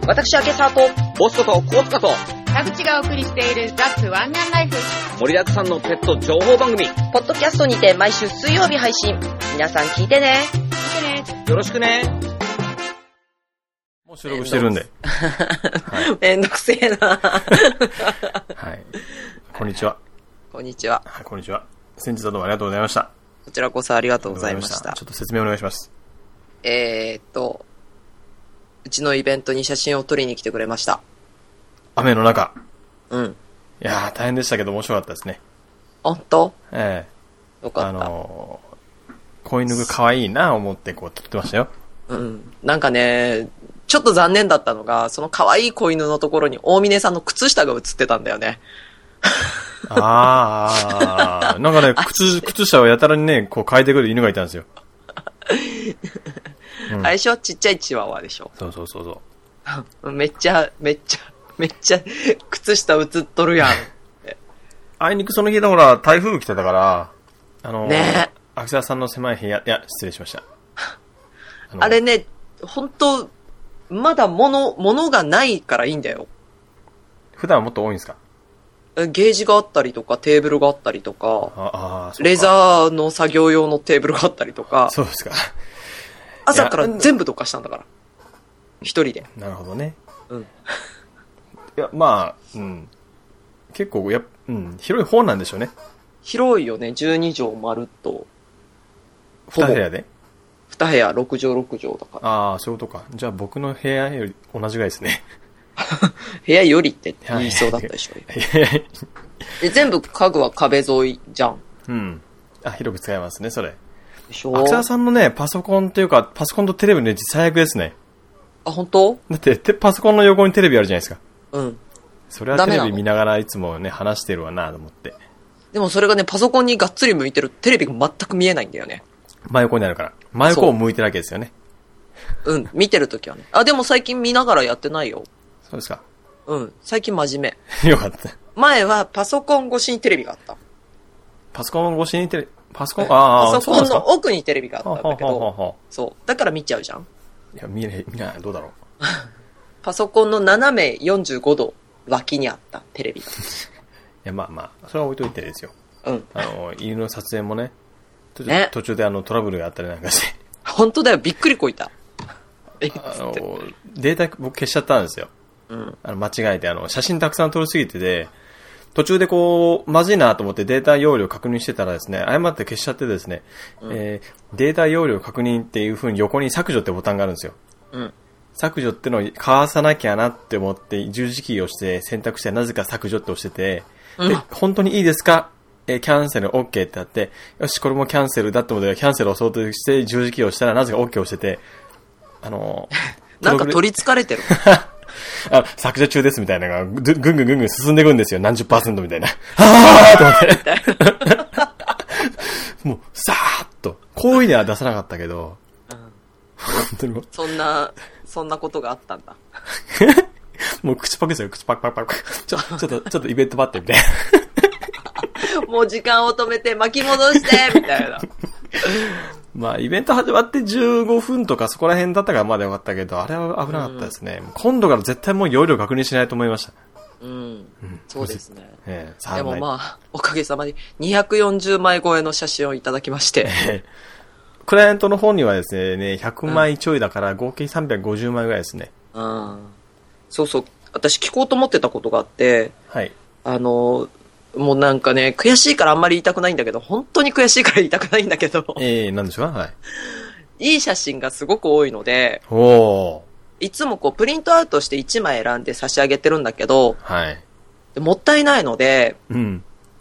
私は今朝とボスことコーツカと田口がお送りしているザ・スワンガンライフ。 盛りだくさんのペット情報番組ポッドキャストにて毎週水曜日配信。皆さん聞いてね。 見てね。 よろしくね。 もう収録してるんで。 はい、めんどくせえな。 はい。こんにちは。 こんにちは。 はい、こんにちは。先日はどうもありがとうございました。 こちらこそありがとうございました。 ちょっと説明お願いします。 うちのイベントに写真を撮りに来てくれました。 雨の中。 うん。 いやー、大変でしたけど面白かったですね。 ほんと？ ええ。よかった。 子犬が可愛いなぁ思ってこう撮ってましたよ。 うん。なんかね、ちょっと残念だったのが、その可愛い子犬のところに大峰さんの靴下が映ってたんだよね。 なんかね、靴下をやたらにね、こう変えてくる犬がいたんですよ。 うん、最初はちっちゃいチワワでしょ。 そう。 めっちゃ、靴下映っとるやん。 あいにくその日でほら、台風来てたから、 ねえ。 秋沢さんの狭い部屋、いや、失礼しました。 あれね、ほんと、まだ物がないからいいんだよ。 普段はもっと多いんですか？ ゲージがあったりとか、テーブルがあったりとか、レザーの作業用のテーブルがあったりとか。 そうですか。 朝から全部どかしたんだから。一人で。 なるほどね。 うん。 いや、まあ、うん。結構、広い方なんでしょうね。 広いよね。12畳まるっと。 2部屋で 2部屋、6畳6畳だから。 ああ、そういうことか。じゃあ僕の部屋より同じぐらいですね。 部屋よりって言いそうだったでしょ。で、全部家具は壁沿いじゃん。 うん。あ、広く使えますね、それ。 でしょ。 秋沢さんのね、パソコンっていうか、パソコンとテレビの位置最悪ですね。 あ、本当？ だって、パソコンの横にテレビあるじゃないですか。 うん。 それはテレビ見ながらいつもね、話してるわなと思って。 でもそれがね、パソコンにがっつり向いてるテレビが全く見えないんだよね。 真横にあるから。真横を向いてるわけですよね。 うん、見てるときはね。あ、でも最近見ながらやってないよ。 そうですか。 うん、最近真面目。 よかった。 前はパソコン越しにテレビがあった。 パソコン越しにパソコンの奥にテレビがあったんだけど、そう。だから見ちゃうじゃん。 いや、見ない、どうだろう。 パソコンの斜め45度脇にあったテレビが。いや、まあ、それは置いといてですよ。 うん。 犬の撮影もね、途中でトラブルがあったりなんかして。 本当だよ、びっくりこいた。 データ僕消しちゃったんですよ。 うん。 間違えて、写真たくさん撮りすぎてて、途中でこう、まずいなと思ってデータ容量確認してたらですね、誤って消しちゃってですね、 うん、 データ容量確認っていう風に横に削除ってボタンがあるんですよ。 うん。 削除ってのをかわさなきゃなって思って十字キーをして選択してなぜか削除って押してて、 うん、 で本当にいいですか？キャンセル OK ってあって、よしこれもキャンセルだって思ってキャンセルを押そうとして十字キーをしたらなぜか OK をしてて、 なんか取り憑かれてる。 削除中ですみたいなのがぐんぐん進んでいくんですよ。何十%みたいな。はぁーと思って。もう、さーっと。声では出さなかったけど。 うん、 本当にそんなことがあったんだ。 もう口パクですよ、口パクパクパク。ちょっとイベント待ってみたいな。 もう時間を止めて巻き戻してみたいな。 まあ、イベント始まって15分とかそこら辺だったからまだよかったけど、あれは危なかったですね。今度から絶対もう容量確認しないと思いました。 うん。そうですね。 でもまあ、おかげさまで240枚超えの写真をいただきまして。 クライアントの方にはですね、100枚ちょいだから合計350枚ぐらいですね。 うん。そうそう。私聞こうと思ってたことがあって、 はい。 もうなんかね、悔しいからあんまり言いたくないんだけど、本当に悔しいから言いたくないんだけど。 なんでしょうか？はい。 いい写真がすごく多いので、いつもこうプリントアウトして1枚選んで差し上げてるんだけど、 はい。 もったいないので、 うん。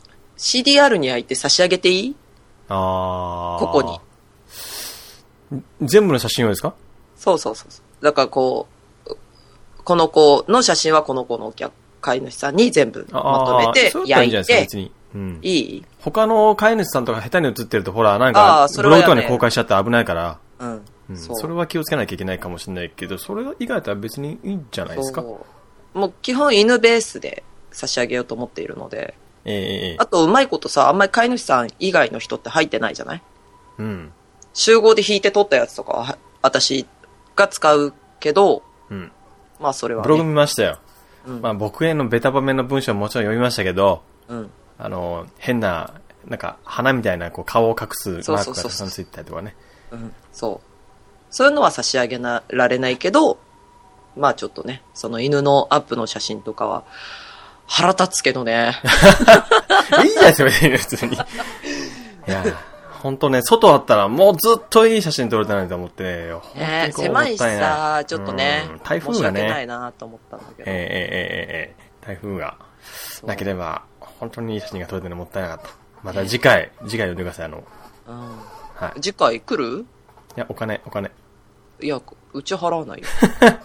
CDR に焼いて差し上げていい？ ここに。 全部の写真をですか？ そう。だからこの子の写真はこの子の飼い主さんに全部まとめて焼いて、いい？ 他の飼い主さんとか下手に写ってるとほら、なんかブログとかに公開しちゃって危ないから、それは気をつけなきゃいけないかもしれないけど、それ以外とは別にいいんじゃないですか？ もう基本犬ベースで差し上げようと思っているので、あとうまいことさ、あんまり飼い主さん以外の人って入ってないじゃない？ うん。 集合で引いて撮ったやつとかは私が使うけど、 まあそれは、ね。 ブログ見ましたよ。 うん、 まあ僕へのベタ褒めの文章はもちろん読みましたけど、 うん、 変な、なんか花みたいなこう顔を隠すマークがたくさんついてたりとかね。 うん、そう。そういうのは差し上げられないけど、まあちょっとね、その犬のアップの写真とかは、腹立つけどね。 いいじゃん、それで普通に。いや、ほんとね、外あったらもうずっといい写真撮れたのにと思って、 ね、狭いしさ、ちょっとね、 台風がね、 申し訳ないなと思ったんだけど。 台風がなければ、本当にいい写真が撮れてるのもったいなかった。また次回読んでください、 うん。 はい。 次回来る？ いや、お金。 いや、うち払わないよ。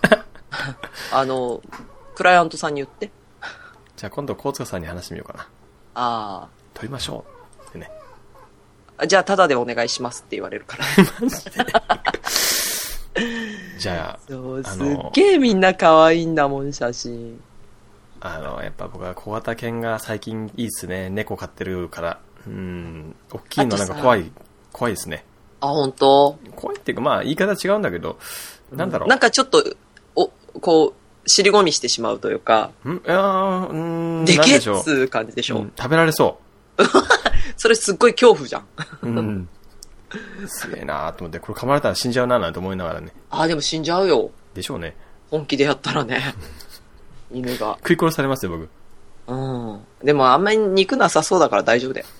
クライアントさんに言って。 じゃあ今度、高塚さんに話してみようかな。 ああ。 撮りましょう。ってね。 じゃあ、タダでお願いしますって言われるから。マジで。 じゃあ、 そうすっげえみんな可愛いんだもん、写真。 やっぱ僕は小型犬が最近いいっすね。猫飼ってるから。大きいのなんか怖いですね。 あ、本当？ 怖いっていうか、まあ言い方違うんだけど、なんだろう。 なんかちょっと、こう、尻込みしてしまうというか。でけっつう感じでしょ。 食べられそう。 それすっごい恐怖じゃん。すげえなーと思って、これ噛まれたら死んじゃうなーなんて思いながらね。 でも死んじゃうよ。 でしょうね。 本気でやったらね。犬が。 食い殺されますよ、僕。 でもあんまり肉なさそうだから大丈夫だよ。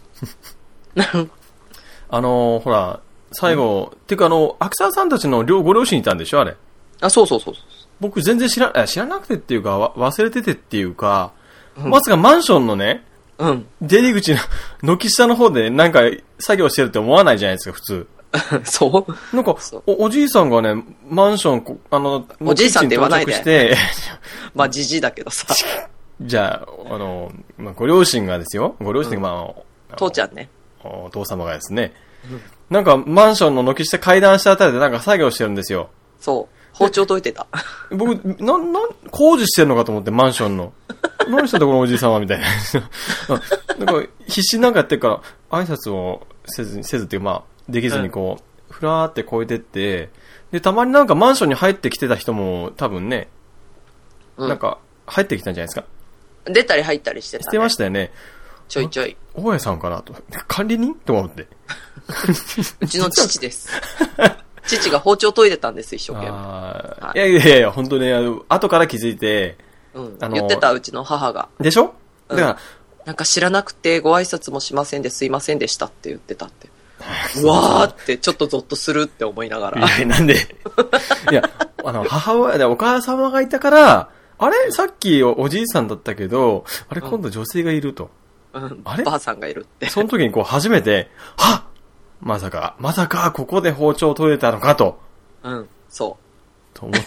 ほら、最後、てかアクサーさんたちのご両親いたんでしょ、あれ。 そう。 僕全然知らなくてっていうか、忘れててっていうか、まさかマンションのね、出入り口の軒下の方でなんか作業してるって思わないじゃないですか、普通。 そうなんか、おじいさんがね、マンション、 おじいさんって言わないで。 して、 まあ、じじいだけどさ。 じゃあ、ご両親がですよ。ご両親が、まあ、 父ちゃんね。 お父様がですね、なんかマンションの軒下階段下あたりでなんか作業してるんですよ。 そう。包丁解いてた。 僕、工事してるのかと思って、マンションの。何したんだこのおじいさんはみたいな。なんか、必死になんかやってるから、挨拶をせずっていう、まあ、できずにこう、ふらーって越えてって、で、たまになんかマンションに入ってきてた人も多分ね、なんか、入ってきたんじゃないですか。 出たり入ったりしてた、ね。 してましたよね。 ちょいちょい。 大家さんかなと。管理人と思って。 うちの父です。父が包丁研いでたんです、一生懸命。いや、本当ね、後から気づいて、 言ってた、うちの母が。 でしょ？だから、 なんか知らなくてご挨拶もしませんですいませんでしたって言ってたって。うわーってちょっとゾッとするって思いながら。 いや、なんでいや、母親でお母様がいたから、あれさっきおじいさんだったけど、あれ今度女性がいると。あればあさんがいるって。 その時にこう初めて、はっまさか、ここで包丁を取れたのかと。 そう。 と思って。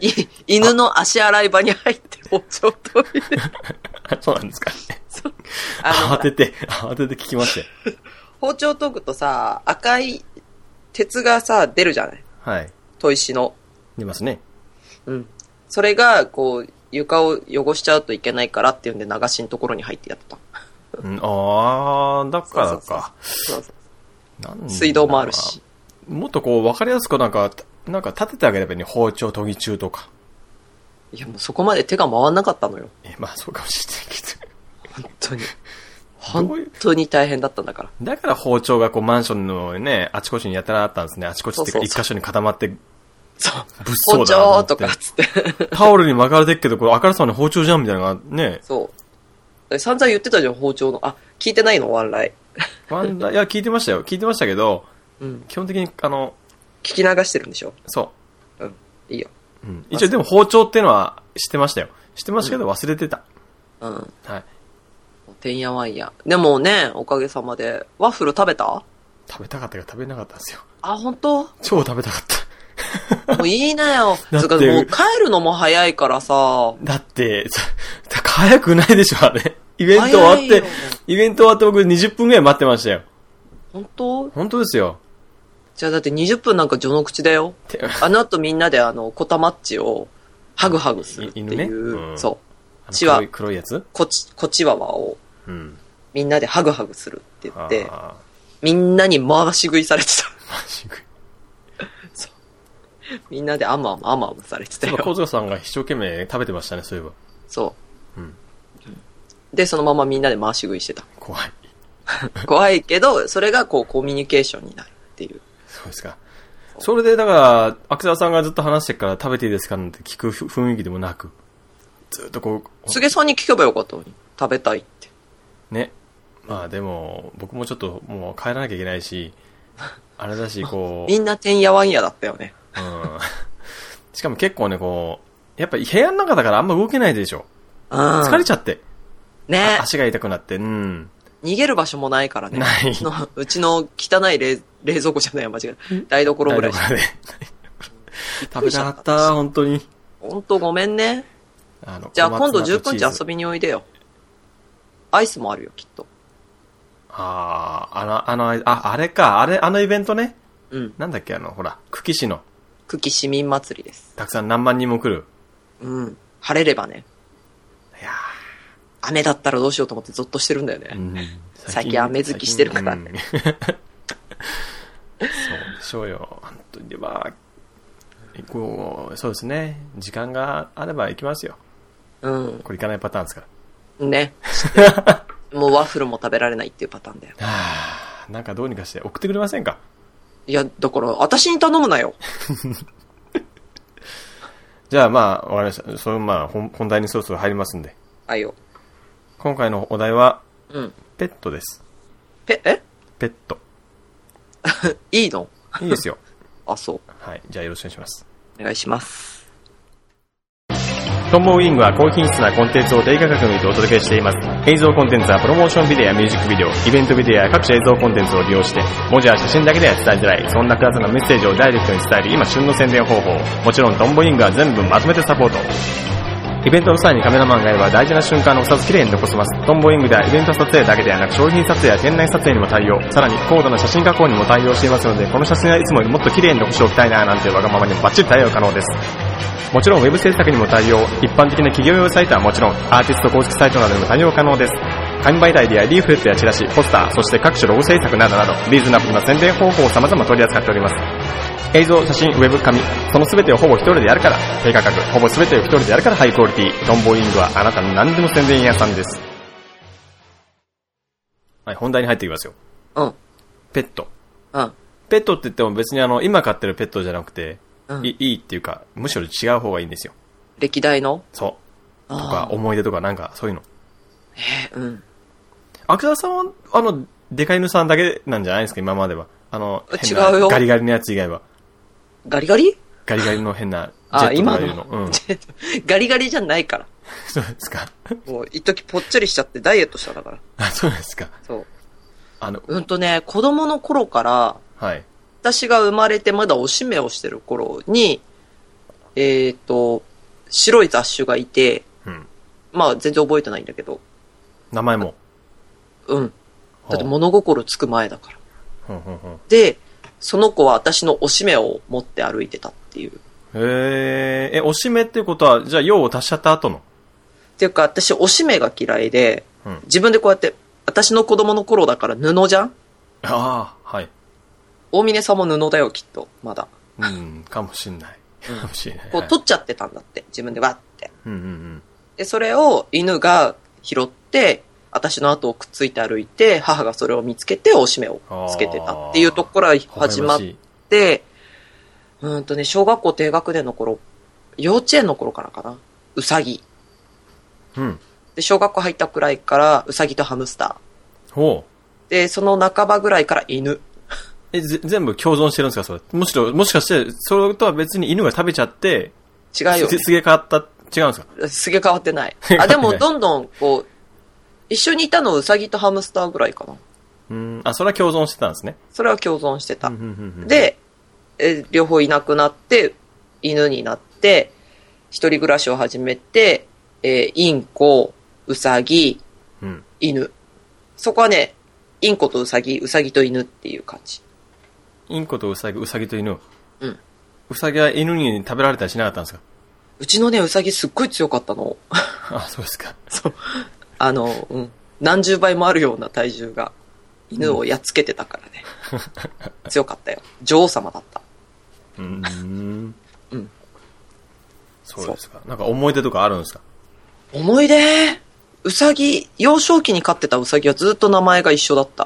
犬の足洗い場に入って包丁取れる。 そうなんですかね。慌てて聞きましたよ。 包丁研ぐとさ、赤い鉄がさ、出るじゃない？ はい。 砥石の。 出ますね。 それが、こう、床を汚しちゃうといけないからっていうんで流しのところに入ってやった。 だからか。 そう。水道もあるし。 もっとこう、わかりやすくなんか立ててあげればいいね。包丁研ぎ中とか。 いや、もうそこまで手が回んなかったのよ。 まあそうかもしれないけど。本当に大変だったんだから。 だから包丁がこう、マンションのね、あちこちにやたらあったんですね。あちこちっていうか、一箇所に固まって。 そう。 物騒だな包丁とかっつって。 タオルに巻かれてるけど、これあからさまに包丁じゃんみたいなのがね。 そう。散々言ってたじゃん、包丁の。聞いてないのワンライ。 いや、聞いてましたよ。聞いてましたけど、基本的に聞き流してるんでしょ？ そう。 いいよ。 一応でも包丁っていうのは知ってましたよ。知ってましたけど忘れてた。はい。 てんやわんや。でもね、おかげさまで。ワッフル食べた？ 食べたかったけど食べなかったんですよ。 本当？ 超食べたかった。 もういいなよ。だってもう帰るのも早いからさ。 だって、早くないでしょ、あれ。イベント終わって僕20分ぐらい待ってましたよ。 本当ですよ。 じゃあだって20分なんか序の口だよ。あの後みんなでコタマッチをハグハグするっていう。そう。 黒いやつ？ コチワワをみんなでハグハグするって言って、みんなに回し食いされてた。回し食い。そう。 みんなであむされてたよ。 小塚さんが一生懸命食べてましたね、そういえば。 そう。で、そのままみんなで回し食いしてた。 怖い。 怖いけど、それがこうコミュニケーションになるっていう。 そうですか。それでだから、秋沢さんがずっと話してから食べていいですかなんて聞く雰囲気でもなく、ずっとこう。 すげさんに聞けばよかったのに。食べたいって。 ね。まあでも、僕もちょっともう帰らなきゃいけないし、あれだし、こう。 みんなてんやわんやだったよね。 うん。しかも結構ね、こう、やっぱ部屋の中だからあんま動けないでしょ。疲れちゃって。 ね。 足が痛くなって、うん。 逃げる場所もないからね。 ない。 うちの汚い冷蔵庫じゃないよ、間違い。台所ぐらいしか。 食べたかった、本当に。 本当ごめんね。じゃあ今度19日遊びにおいでよ。アイスもあるよ、きっと。 あれか、あのイベントね。 うん。 なんだっけ、ほら、久喜市の。 久喜市民祭りです。 たくさん何万人も来る。 うん。晴れればね。 いや雨だったらどうしようと思ってゾッとしてるんだよね。 うん、 最近雨好きしてるからね。 そうでしょうよ。本当に、まあ、そうですね。時間があれば行きますよ。 うん。 これ行かないパターンですから。 ね。もうワッフルも食べられないっていうパターンだよ。 なんかどうにかして送ってくれませんか？ いや、だから、私に頼むなよ。 じゃあまあ、わかりました。そのまあ、本題にそろそろ入りますんで。 はいよ。 今回のお題は、 うん。 ペットです。 ペット。 いいの？ いいですよ。 あ、そう。 はい。じゃあよろしくお願いします。 お願いします。 トンボウィングは高品質なコンテンツを低価格にてお届けしています。映像コンテンツはプロモーションビデオやミュージックビデオ、イベントビデオや各種映像コンテンツを利用して、文字や写真だけでは伝えづらい、そんな複雑なメッセージをダイレクトに伝える今旬の宣伝方法。もちろんトンボウィングは全部まとめてサポート。イベントの際にカメラマンがいれば大事な瞬間のお札きれいに残せます。トンボウィングではイベント撮影だけではなく商品撮影や店内撮影にも対応、さらに高度な写真加工にも対応していますので、この写真はいつもよりもっときれいに残しておきたいななんていうわがままにもバッチリ対応可能です。もちろんウェブ制作にも対応、一般的な企業用サイトはもちろんアーティスト公式サイトなどにも対応可能です。紙媒体でやリーフレットやチラシ、ポスター、そして各種ロゴ制作などなどリーズナブルな宣伝方法を様々取り扱っております。映像、写真、ウェブ、紙、その全てをほぼ一人でやるから低価格、ほぼ全てを一人でやるからハイクオリティ。トンボウィングはあなたの何でも宣伝屋さんです。はい、本題に入っていきますよ。 うん。 ペット。 うん。 ペットって言っても別に今飼ってるペットじゃなくて、 うん、 いいっていうか、むしろ違う方がいいんですよ。 歴代の？ そう。とか、思い出とかなんかそういうの。 うん。 秋沢さんは、デカ犬さんだけなんじゃないですか、今までは。 違うよ。 ガリガリのやつ以外は。 ガリガリ？ ガリガリの変なジェットとかいうの。うん、 ガリガリじゃないから。 そうですか。 もう一時ぽっちゃりしちゃってダイエットしただから。 あ、そうですか。 そう。子供の頃から、 はい。 私が生まれてまだおしめをしてる頃に、白い雑種がいて、 うん。 まあ全然覚えてないんだけど。 名前も？ うん。だって物心つく前だから。 うん。 で、その子は私のおしめを持って歩いてたっていう。 おしめっていうことは、じゃあ用を足しちゃった後の？ っていうか、私おしめが嫌いで、 うん、 自分でこうやって、私の子供の頃だから布じゃん？ ああ、はい。 大峰さんも布だよ、きっと。まだ。 うん、かもしんない。かもしれない。 こう取っちゃってたんだって。自分でわって。 うん。 で、それを犬が拾って、私の後をくっついて歩いて、母がそれを見つけておしめをつけてたっていうとこから始まって、小学校低学年の頃、幼稚園の頃からかな。うさぎ。 うん。 で、小学校入ったくらいから、うさぎとハムスター。 ほう。 で、その半ばぐらいから犬。 全部共存してるんですか、それ。もしかして、それとは別に犬が食べちゃって、 違うよ。 すげ変わった、違うんですか？ すげ変わってない。あ、でもどんどん、こう、一緒にいたのうさぎとハムスターぐらいかな。 あ、それは共存してたんですね。 それは共存してた。で、両方いなくなって、犬になって、一人暮らしを始めて、インコ、うさぎ、犬。そこはね、インコとうさぎと犬っていう感じ。 インコとうさぎと犬。 うん。 うさぎは犬に食べられたりしなかったんですか？ うちのね、うさぎすっごい強かったの。 あ、そうですか。 そう。何十倍もあるような体重が、犬をやっつけてたからね。強かったよ。女王様だった。 うん。 うん。 そうですか。なんか思い出とかあるんですか？ 思い出？うさぎ、幼少期に飼ってたうさぎはずっと名前が一緒だった。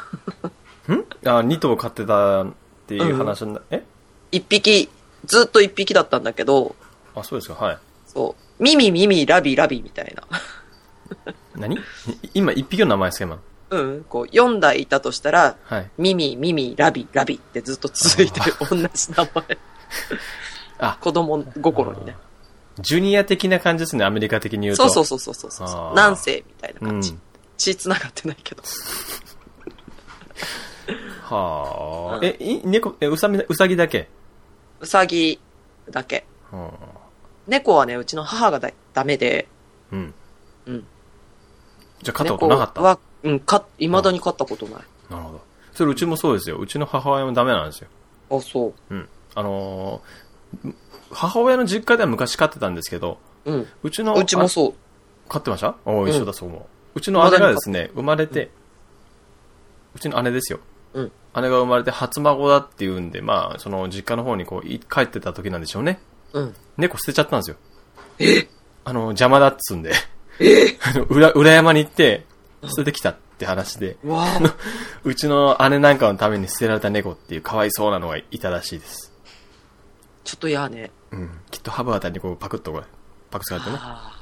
2頭飼ってたっていう話にな、 一匹、ずっと一匹だったんだけど。 あ、そうですか、はい。 そう。ミミミミラビラビみたいな。 何？今一匹の名前ですか、今。 こう、4代いたとしたら、 はい。 ミミミミラビラビってずっと続いてる同じ名前。子供心にね。 ジュニア的な感じですね、アメリカ的に言うと。 そう。南西みたいな感じ。血繋がってないけど。 はあ。うさぎだけ？ うさぎだけ。猫はね、うちの母がダメで。 うん。じゃあ飼ったことなかった？ 猫は、未だに飼ったことない。 なるほど。それうちもそうですよ。うちの母親もダメなんですよ。 あ、そう。 うん。母親の実家では昔飼ってたんですけど、うちもそう。飼ってました？一緒だそう思う。うちの姉がですね、生まれて、うちの姉ですよ。姉が生まれて初孫だっていうんで、まあ、その実家の方にこう帰ってた時なんでしょうね。猫捨てちゃったんですよ。邪魔だっつうんで。裏山に行って、捨ててきたって話で、うちの姉なんかのために捨てられた猫っていうかわいそうなのがいたらしいです。 ちょっと嫌ね。 きっとハブあたりにこうパクされてね。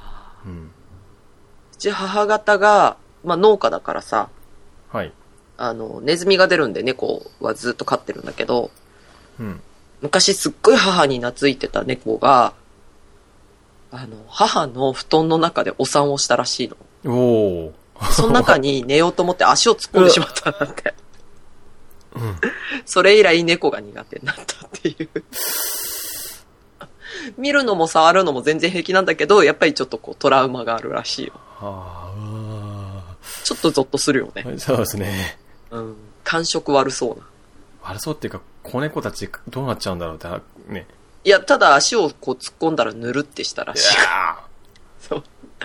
うち母方が、まあ農家だからさ、 はい。 ネズミが出るんで猫はずっと飼ってるんだけど、昔すっごい母に懐いてた猫が、母の布団の中でお産をしたらしいの。 おー。 その中に寝ようと思って足を突っ込んでしまったなんて。それ以来猫が苦手になったっていう。見るのも触るのも全然平気なんだけど、やっぱりちょっとこうトラウマがあるらしいよ。ちょっとゾッとするよね。 そうですね。 感触悪そうな。 悪そうっていうか、子猫たちどうなっちゃうんだろうってね。 いや、ただ足をこう突っ込んだらぬるってしたらしい。そう。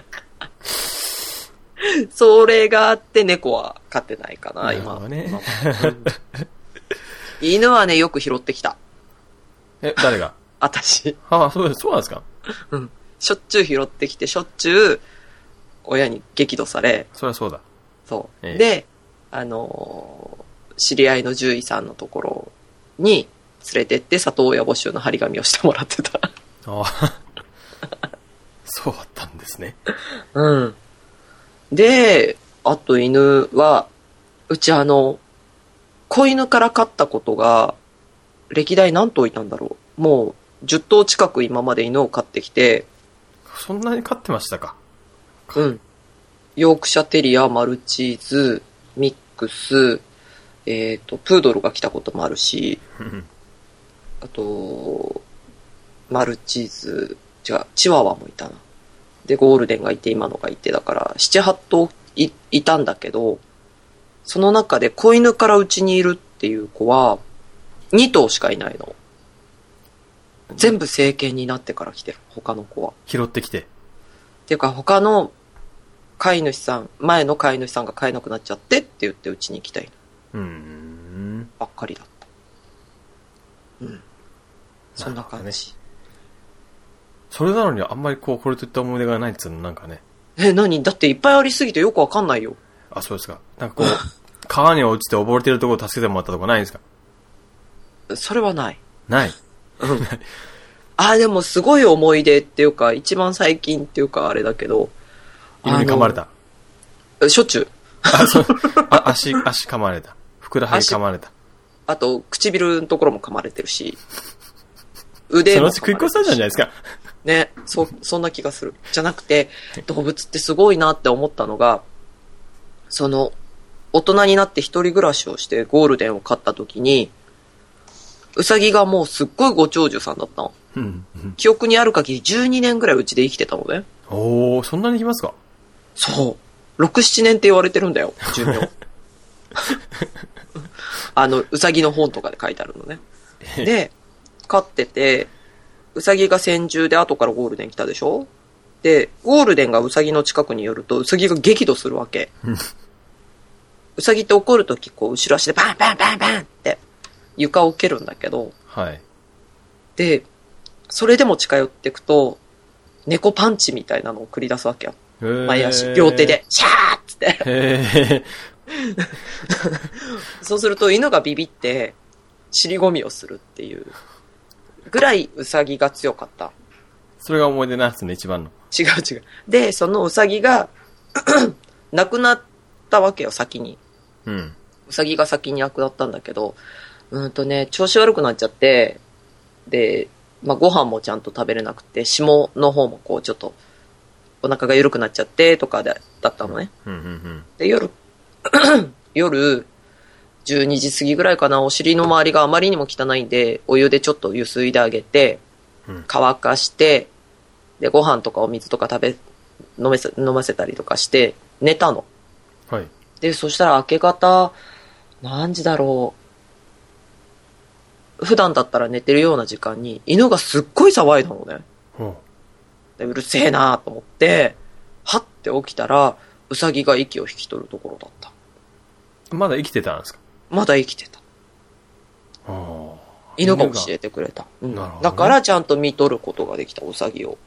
それがあって猫は飼ってないかな、今。犬はね、よく拾ってきた。 誰が？ 私。 そうなんですか？ しょっちゅう拾ってきて、しょっちゅう親に激怒され。 そりゃそうだ。 そう。で、知り合いの獣医さんのところに連れてって里親募集の張り紙をしてもらってた。 そうだったんですね。 で、あと犬は、うち子犬から飼ったことが、歴代何頭いたんだろう。もう、10頭近く今まで犬を飼ってきて。 そんなに飼ってましたか？ ヨークシャテリア、マルチーズ、ミックス、プードルが来たこともあるし、あと、マルチーズ、チワワもいたな。で、ゴールデンがいて、今のがいて、だから、7、8頭 いたんだけど、その中で子犬からうちにいるっていう子は、2頭しかいないの。全部成犬になってから来てる、他の子は。 拾ってきて。 っていうか、他の前の飼い主さんが飼えなくなっちゃってって言ってうちに来た犬。ばっかりだった。そんな感じ。 それなのにあんまりこれといった思い出がないっていうのなんかね。 何？だっていっぱいありすぎてよくわかんないよ。 あ、そうですか。なんか川に落ちて溺れてるところを助けてもらったとこないんですか？ それはない。 ない。 でもすごい思い出っていうか、一番最近っていうかあれだけど。 犬に噛まれた。 しょっちゅう。 足噛まれた。ふくらはぎ噛まれた。 あと、唇のところも噛まれてるし。腕も噛まれてるし。 そのうち食い越されたんじゃないですか。 ね、そんな気がする。じゃなくて、動物ってすごいなって思ったのが、大人になって一人暮らしをしてゴールデンを飼った時に、ウサギがもうすっごいご長寿さんだったの。記憶にある限り12年ぐらいうちで生きてたのね。 そんなに生きますか？ そう。6、7年って言われてるんだよ、寿命。ウサギの本とかで書いてあるのね。で、飼ってて、ウサギが先住で後からゴールデン来たでしょ？で、ゴールデンがウサギの近くに寄ると、ウサギが激怒するわけ。ウサギって怒るとき、後ろ足でバンバンバンバンって床を蹴るんだけど、 で、それでも近寄っていくと、猫パンチみたいなのを繰り出すわけよ。前足、両手で、シャーッつって。そうすると犬がビビって、尻込みをするっていうぐらいウサギが強かった。 それが思い出なんですね、一番の。 違う。で、そのウサギが、亡くなったわけよ、先に。 うん。 ウサギが先に亡くなったんだけど、調子悪くなっちゃって、で、ご飯もちゃんと食べれなくて、霜の方もこうちょっと、お腹が緩くなっちゃってとかだったのね。で、夜、12時過ぎぐらいかな、お尻の周りがあまりにも汚いんで、お湯でちょっとゆすいであげて、乾かして、で、ご飯とかお水とか飲ませたりとかして、寝たの。 はい。 で、そしたら明け方、何時だろう。普段だったら寝てるような時間に、犬がすっごい騒いだのね。で、うるせえなと思って、はって起きたら、ウサギが息を引き取るところだった。 まだ生きてたんですか？ まだ生きてた。犬が教えてくれた。なるほどね。だからちゃんと見とることができた、ウサギを。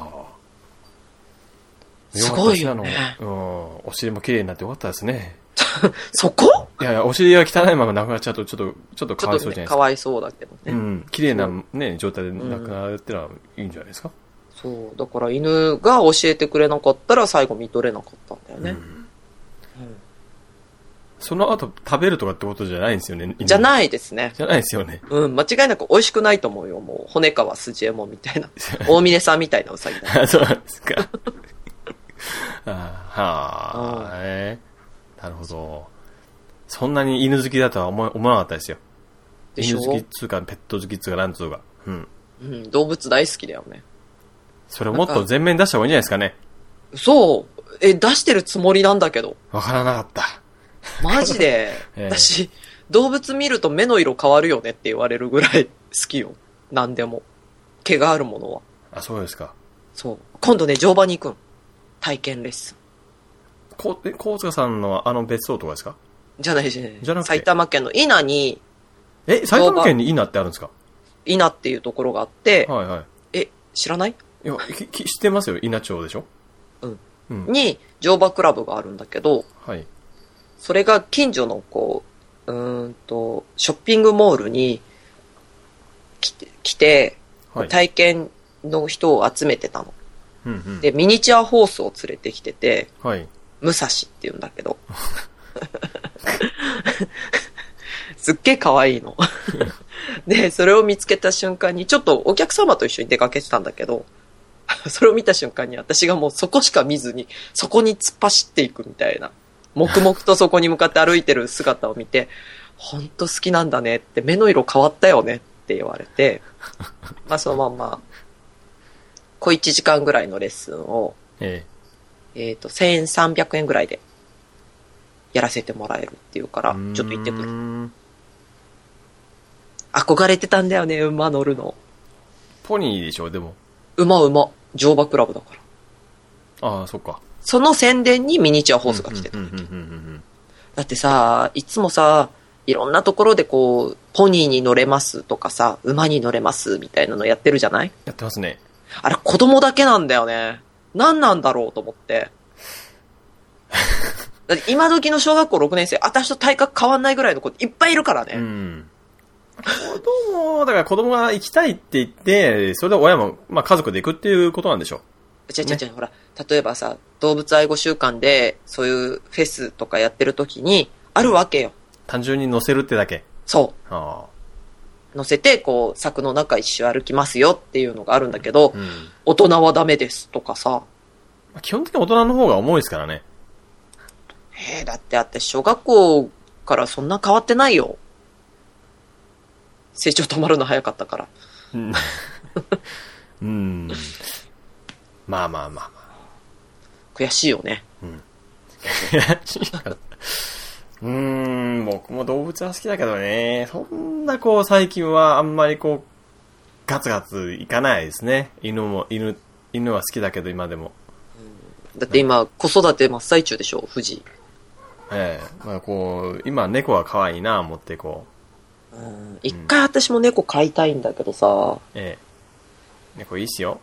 すごいよね。 お尻も綺麗になってよかったですね。 そこ？ いや、お尻が汚いままなくなっちゃうと、ちょっとかわいそうじゃないですか。 かわいそうだけどね。 綺麗なね、状態でなくなるってのはいいんじゃないですか。 そう。だから犬が教えてくれなかったら最後見とれなかったんだよね。 その後食べるとかってことじゃないんですよね。 じゃないですね。 じゃないですよね。 間違いなく美味しくないと思うよ。もう、骨川筋右衛門みたいな。大峰さんみたいなウサギだ。 そうなんですか。なるほど。そんなに犬好きだとは思わなかったですよ。犬好きっつうか、ペット好きっつうか、なんつうか。 動物大好きだよね。それをもっと前面に出した方がいいんじゃないですかね。 そう。出してるつもりなんだけど。 わからなかった。 マジで、私、動物見ると目の色変わるよねって言われるぐらい好きよ。何でも。毛があるものは。 あ、そうですか。 そう。今度ね、乗馬に行くん。体験レッスン。 高塚さんの別荘とかですか？ じゃない。 じゃなくて埼玉県の伊那に。 埼玉県に伊那ってあるんですか？ 伊那っていうところがあって。 はいはい。 知らない？ いや、知ってますよ。伊那町でしょ？ に、乗馬クラブがあるんだけど。 はい。 それが近所のショッピングモールに来て、体験の人を集めてたの。で、ミニチュアホースを連れてきてて、武蔵って言うんだけど。すっげえ可愛いの。で、それを見つけた瞬間に、ちょっとお客様と一緒に出かけてたんだけど、それを見た瞬間に私がもうそこしか見ずに、そこに突っ走っていくみたいな。黙々とそこに向かって歩いてる姿を見て、ほんと好きなんだねって、目の色変わったよねって言われて、そのまんま、1時間ぐらいのレッスンを、1300円ぐらいでやらせてもらえるっていうから、ちょっと行ってくる。憧れてたんだよね、馬乗るの。 ポニーでしょ、でも。 馬、乗馬クラブだから。 ああ、そっか。 その宣伝にミニチュアホースが来てた。だってさ、いつもさ、いろんなところでポニーに乗れますとかさ、馬に乗れますみたいなのやってるじゃない？ やってますね。 あれ子供だけなんだよね。何なんだろうと思って。だって今時の小学校6年生、私と体格変わんないぐらいの子いっぱいいるからね。 だから子供が行きたいって言って、それで親も、家族で行くっていうことなんでしょう。 ほら、例えばさ、動物愛護週間で、そういうフェスとかやってる時に、あるわけよ。 単純に乗せるってだけ。 そう。乗せて、柵の中一周歩きますよっていうのがあるんだけど、大人はダメですとかさ。 基本的に大人の方が重いですからね。 だって小学校からそんな変わってないよ。成長止まるの早かったから。悔しいよね。 僕も動物は好きだけどね。そんな最近はあんまりガツガツいかないですね。犬は好きだけど今でも。 だって今子育て真っ最中でしょ、富士。 今猫は可愛いな思って一回私も猫飼いたいんだけどさ。 ええ。猫いいっすよ。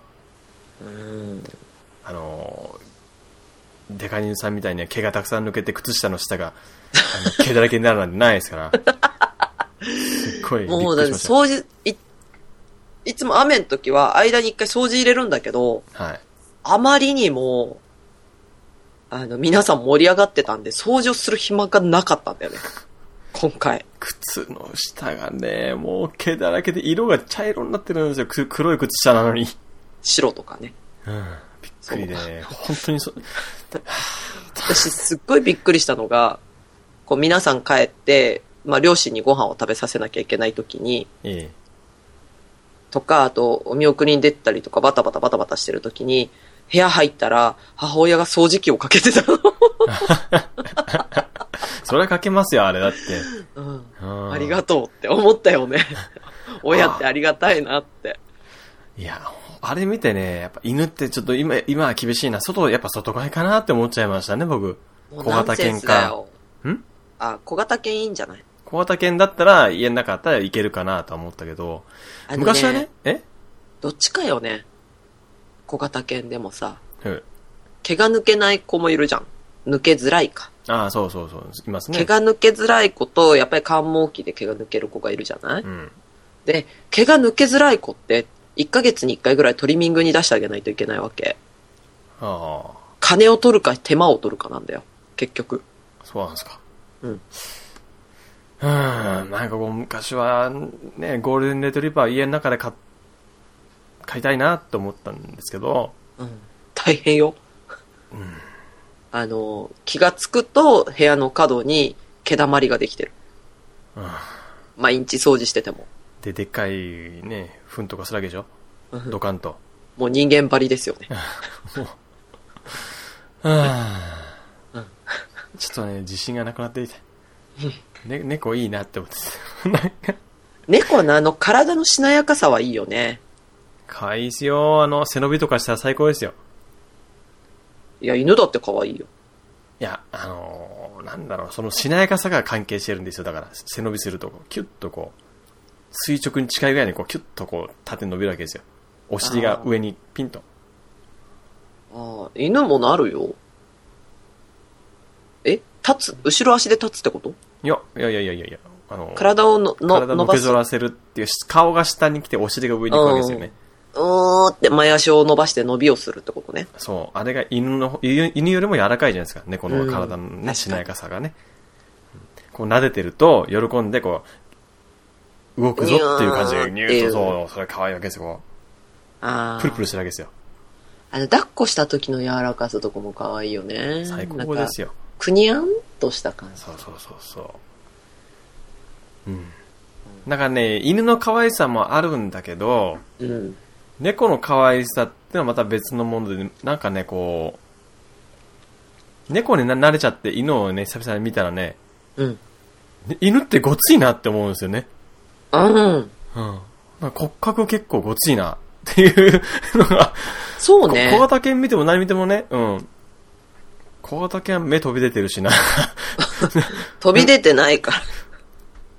デカニヌさんみたいに毛がたくさん抜けて靴下の下が毛だらけになるなんてないですから。すっごいびっくりしました。もうだって掃除、いつも雨の時は間に一回掃除入れるんだけど、 はい。 あまりにも、皆さん盛り上がってたんで、掃除をする暇がなかったんだよね。今回。 靴の下がね、もう毛だらけで色が茶色になってるんですよ。黒い靴下なのに。 白とかね。 びっくりで、本当に私すっごいびっくりしたのが、こう皆さん帰って、両親にご飯を食べさせなきゃいけない時に、とか、あと、お見送りに出たりとか、バタバタしてる時に、部屋入ったら、母親が掃除機をかけてたの。 それはかけますよ、あれだって。 ありがとうって思ったよね。親ってありがたいなって。 いや、あれ見てね、やっぱ犬ってちょっと今は厳しいな。やっぱ外飼いかなって思っちゃいましたね、僕。小型犬か。 小型犬いいんじゃない？ 小型犬だったら、家の中だったらいけるかなと思ったけど、昔はね、 どっちかよね。小型犬でもさ、毛が抜けない子もいるじゃん。抜けづらいか。 ああ、そう、いますね。 毛が抜けづらい子と、やっぱり感毛期で毛が抜ける子がいるじゃない？で、毛が抜けづらい子って、1ヶ月に1回ぐらいトリミングに出してあげないといけないわけ。金を取るか手間を取るかなんだよ。結局。 そうなんですか。なんかこう昔はね、ゴールデンレトリバー家の中で飼いたいなって思ったんですけど。 大変よ。気がつくと部屋の角に毛だまりができてる。毎日掃除してても。 でっかいね、糞とかするわけでしょ。ドカンと。 もう人間張りですよね。 ちょっとね、自信がなくなっていて。猫いいなって思って猫の体のしなやかさはいいよね。 かわいいですよ。背伸びとかしたら最高ですよ。 いや、犬だって可愛いよ。 いや、なんだろう、そのしなやかさが関係してるんですよ。だから、背伸びすると、キュッとこう、垂直に近いぐらいにこう、キュッとこう、縦に伸びるわけですよ。お尻が上にピンと。 犬もなるよ。後ろ足で立つってこと？ いや。 体を伸ばす。 体のけぞらせるっていう、顔が下に来てお尻が上に行くわけですよね。 って前足を伸ばして伸びをするってことね。 そう。あれが犬よりも柔らかいじゃないですか。猫の体のね、しなやかさがね。こう撫でてると、喜んでこう、動くぞっていう感じで、ニューッと、それ可愛いわけですよ。プルプルしてるわけですよ。 抱っこした時の柔らかさとかも可愛いよね。 最高ですよ。 くにゃんとした感じ。 そう。なんかね、犬の可愛さもあるんだけど、猫の可愛さってのはまた別のもので、なんかね、こう、猫に慣れちゃって犬をね、久々に見たらね、犬ってごついなって思うんですよね。骨格結構ごついなっていうのが、 そうね。 小型犬見ても何見てもね、小型犬は目飛び出てるしな。 飛び出てないから。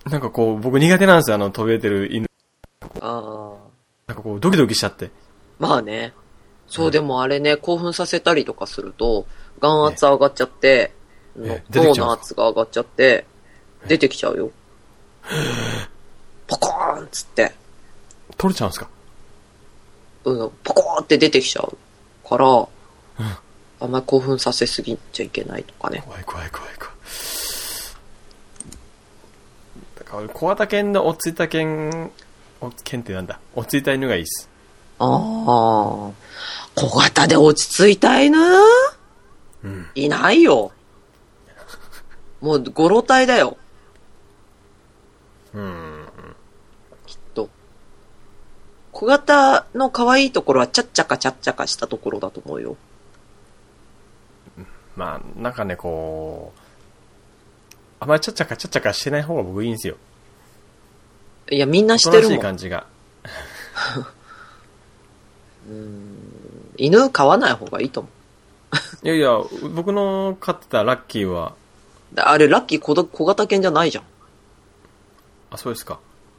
なんかこう、僕苦手なんですよ、飛び出てる犬。なんかこう、ドキドキしちゃって。 まあね。そう、でもあれね、興奮させたりとかすると、眼圧上がっちゃって、脳の圧が上がっちゃって、出てきちゃうよ。ポコーンっつって。 取れちゃうんですか？ ポコーって出てきちゃうから、あんまり興奮させすぎちゃいけないとかね。 怖い。だから小型犬の落ち着いた犬ってなんだ？落ち着いた犬がいいっす。 小型で落ち着いた犬？いないよ。もうゴロ体だよ。きっと。小型の可愛いところはチャッチャカしたところだと思うよ。 まあ、なんかね、こう、あまりチャッチャカしてない方が僕いいんですよ。 いや、みんなしてるもん。 おとなしい感じが。 犬飼わない方がいいと思う。いや、僕の飼ってたラッキーは。 あれ、ラッキー小型犬じゃないじゃん。 あ、そうですか。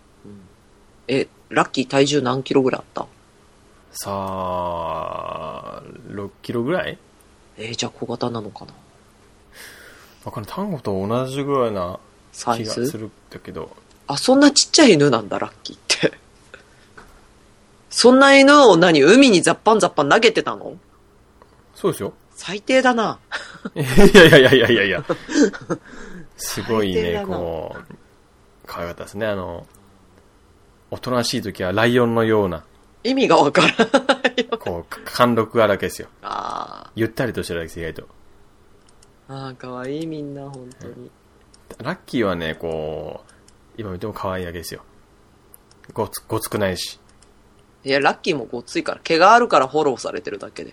ラッキー体重何キロぐらいあった？ さあ、6キロぐらい？ じゃあ小型なのかな？ わかんない。タンゴと同じぐらいな気がするんだけど。 あ、そんなちっちゃい犬なんだ、ラッキーって。そんな犬を海にザッパンザッパン投げてたの？ そうですよ。 最低だな。 いや。すごいね、こう、可愛かったですね。おとなしい時はライオンのような。 意味がわからないよ。 こう、貫禄あるわけですよ。 ああ。 ゆったりとしてるわけです、意外と。 ああ、かわいいみんな、本当に。 ラッキーはね、こう、今見ても可愛いわけですよ。ごつくないし。 いや、ラッキーもごっついから、毛があるからフォローされてるだけで。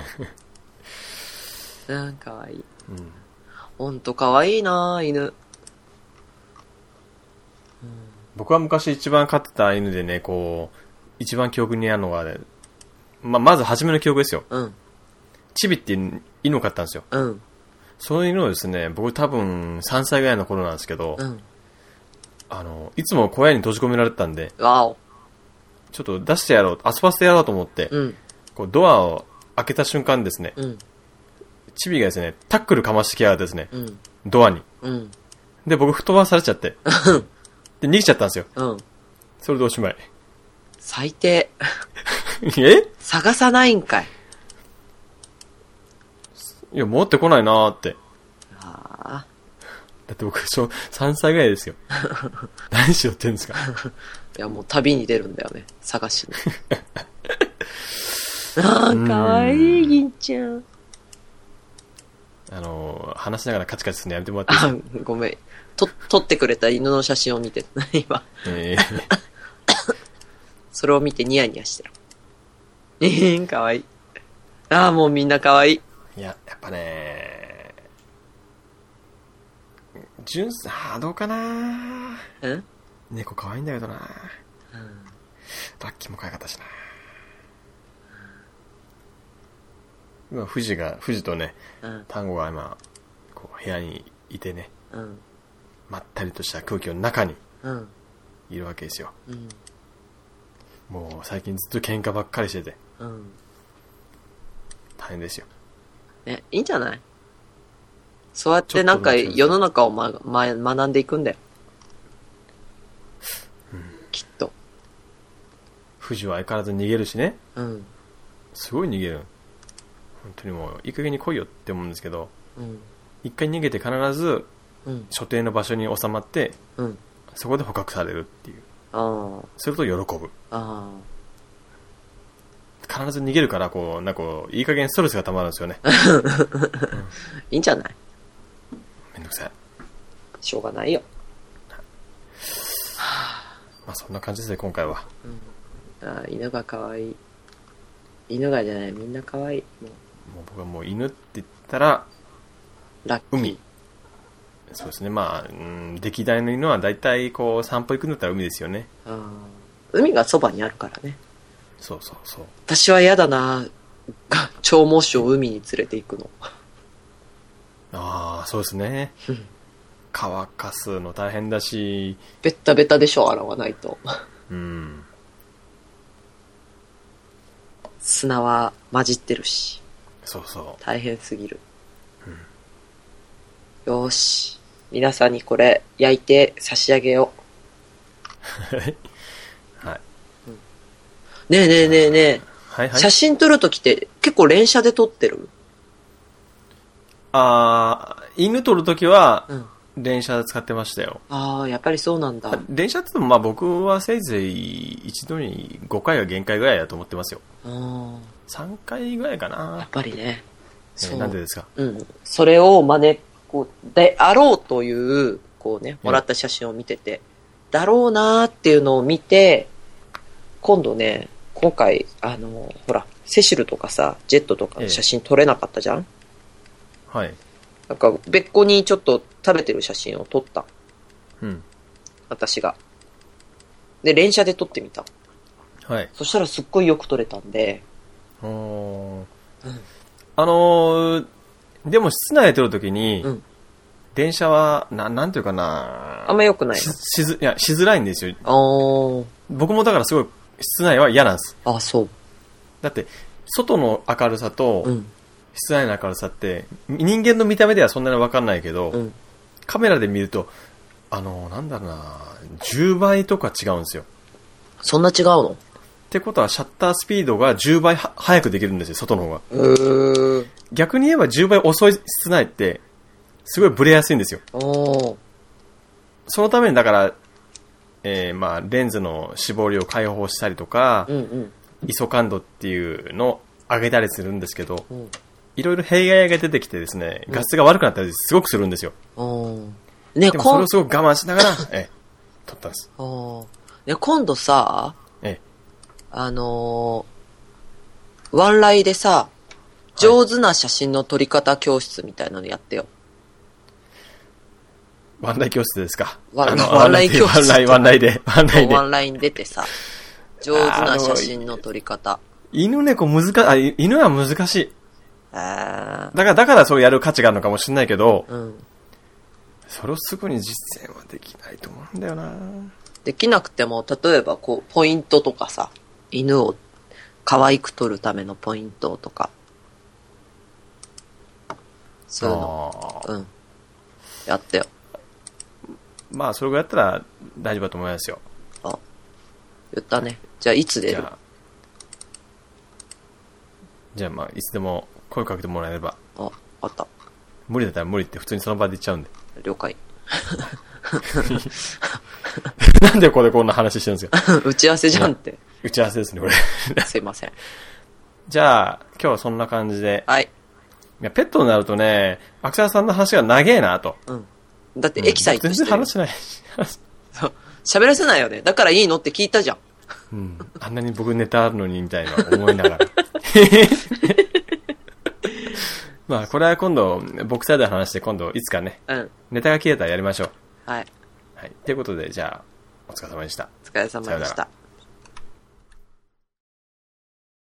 かわいい。ほんとかわいいな犬。 僕は昔一番飼ってた犬でね、こう、一番記憶にあるのが、ね、まず初めの記憶ですよ。チビっていう犬を飼ったんですよ。その犬をですね、僕多分3歳ぐらいの頃なんですけど、いつも小屋に閉じ込められてたんで、 わお。 ちょっと出してやろう、遊ばせてやろうと思って、こうドアを開けた瞬間ですね、チビがですね、タックルかましてきやがってですね、ドアに。で、僕吹っ飛ばされちゃって、で、逃げちゃったんですよ。それでおしまい。 最低。探さないんかい。 いや、持ってこないなーって。 ああ。 だって僕、3歳ぐらいですよ。何しようってんですか。 いや、もう旅に出るんだよね。探しに。ああ、かわいい、銀ちゃん。 話しながらカチカチするのやめてもらっていいですか。 ごめん。撮ってくれた犬の写真を見てた、今。それを見てニヤニヤしてる。かわいい。ああ、もうみんなかわいい。 いや、やっぱね、どうかな。猫可愛いんだけどな。ラッキーも可愛かったしな。今、富士とね、タンゴが今、こう、部屋にいてね、まったりとした空気の中に、いるわけですよ。もう、最近ずっと喧嘩ばっかりしてて、大変ですよ。 ね、いいんじゃない？そうやってなんか世の中を学んでいくんだよ。きっと。 富士は相変わらず逃げるしね。すごい逃げる。本当にもういい加減に来いよって思うんですけど、一回逃げて必ず所定の場所に収まって、そこで捕獲されるっていう。すると喜ぶ。必ず逃げるからなんかいい加減ストレスが溜まるんですよね。 いいんじゃない？ めんどくさい。 しょうがないよ。 まあそんな感じですね、今回は。 犬が可愛い。犬がじゃない、みんな可愛い。 もう僕はもう犬って言ったら、 ラッキー。 海。そうですね、まあ、歴代の犬は大体こう散歩行くんだったら海ですよね。 海がそばにあるからね。 そう。 私は嫌だな、長毛種を海に連れて行くの。 そうですね。乾かすの大変だし。 ベッタベタでしょ、洗わないと。砂は混じってるし。 そう。 大変すぎる。よーし。皆さんにこれ焼いて差し上げよう。 はい。 ねえ。 はい。 写真撮るときって結構連写で撮ってる？ 犬撮るときは、連写使ってましたよ。 やっぱりそうなんだ。 連写って言っても、まあ僕はせいぜい一度に5回が限界ぐらいだと思ってますよ。3回ぐらいかな。 やっぱりね。 なんでですか？ それを真似っこであろうという、もらった写真を見てて、だろうなーっていうのを見て、今回、ほら、セシルとかさ、ジェットとかの写真撮れなかったじゃん？ はい。 なんか、別個にちょっと食べてる写真を撮った。私が。で、連写で撮ってみた。 はい。 そしたらすっごいよく撮れたんで。 でも室内で撮るときに、電車は、なんていうかな、 あんま良くないいや、しづらいんですよ。 の？ 僕もだからすごい、室内は嫌なんです。 あ、そう。 だって、外の明るさと、 うん。 室内の明るさって、人間の見た目ではそんなにわかんないけど、 うん。 カメラで見ると、なんだろうな、10倍とか違うんですよ。 そんな違うの？ ってことは、シャッタースピードが10倍速くできるんですよ、外の方が。逆に言えば10倍遅い室内って、すごいブレやすいんですよ。そのために、だから、まあ、レンズの絞りを開放したりとか、 うんうん、 ISO感度っていうのを上げたりするんですけど、いろいろ弊害が出てきてですね、画質が悪くなったりすごくするんですよ。 ね、 でもそれをすごく我慢しながら、撮ったんです。 ね、今度さ、ワンライでさ、上手な写真の撮り方教室みたいなのやってよ。 ワンライ教室ですか？ ワンライ教室。 ワンライで。 ワンライに出てさ、上手な写真の撮り方。 犬は難しい。だからそうやる価値があるのかもしれないけど、それをすぐに実践はできないと思うんだよな。 できなくても、例えばこう、ポイントとかさ、犬を可愛く撮るためのポイントとか、そういうの、やってよ。 まあ、それぐらいやったら大丈夫だと思いますよ。 言ったね。じゃあ、いつ出る？ じゃあまあ、いつでも声かけてもらえれば。 あった。 無理だったら無理って普通にその場で言っちゃうんで。 了解。 なんでこれこんな話してるんですか？ 打ち合わせじゃんって。 打ち合わせですね、これ。 すいません。 じゃあ、今日はそんな感じで。 はい。 いや、ペットになるとね、アクサラさんの話が長えなと。 だってエキサイトしてる。 全然話しない。 そう。喋らせないよね。だからいいのって聞いたじゃん。 あんなに僕ネタあるのにみたいな思いながら。まあ、これは今度、僕サイドで話して今度いつかね、ネタが切れたらやりましょう。 はい。 はい。ということで、じゃあ、お疲れ様でした。 お疲れ様でした。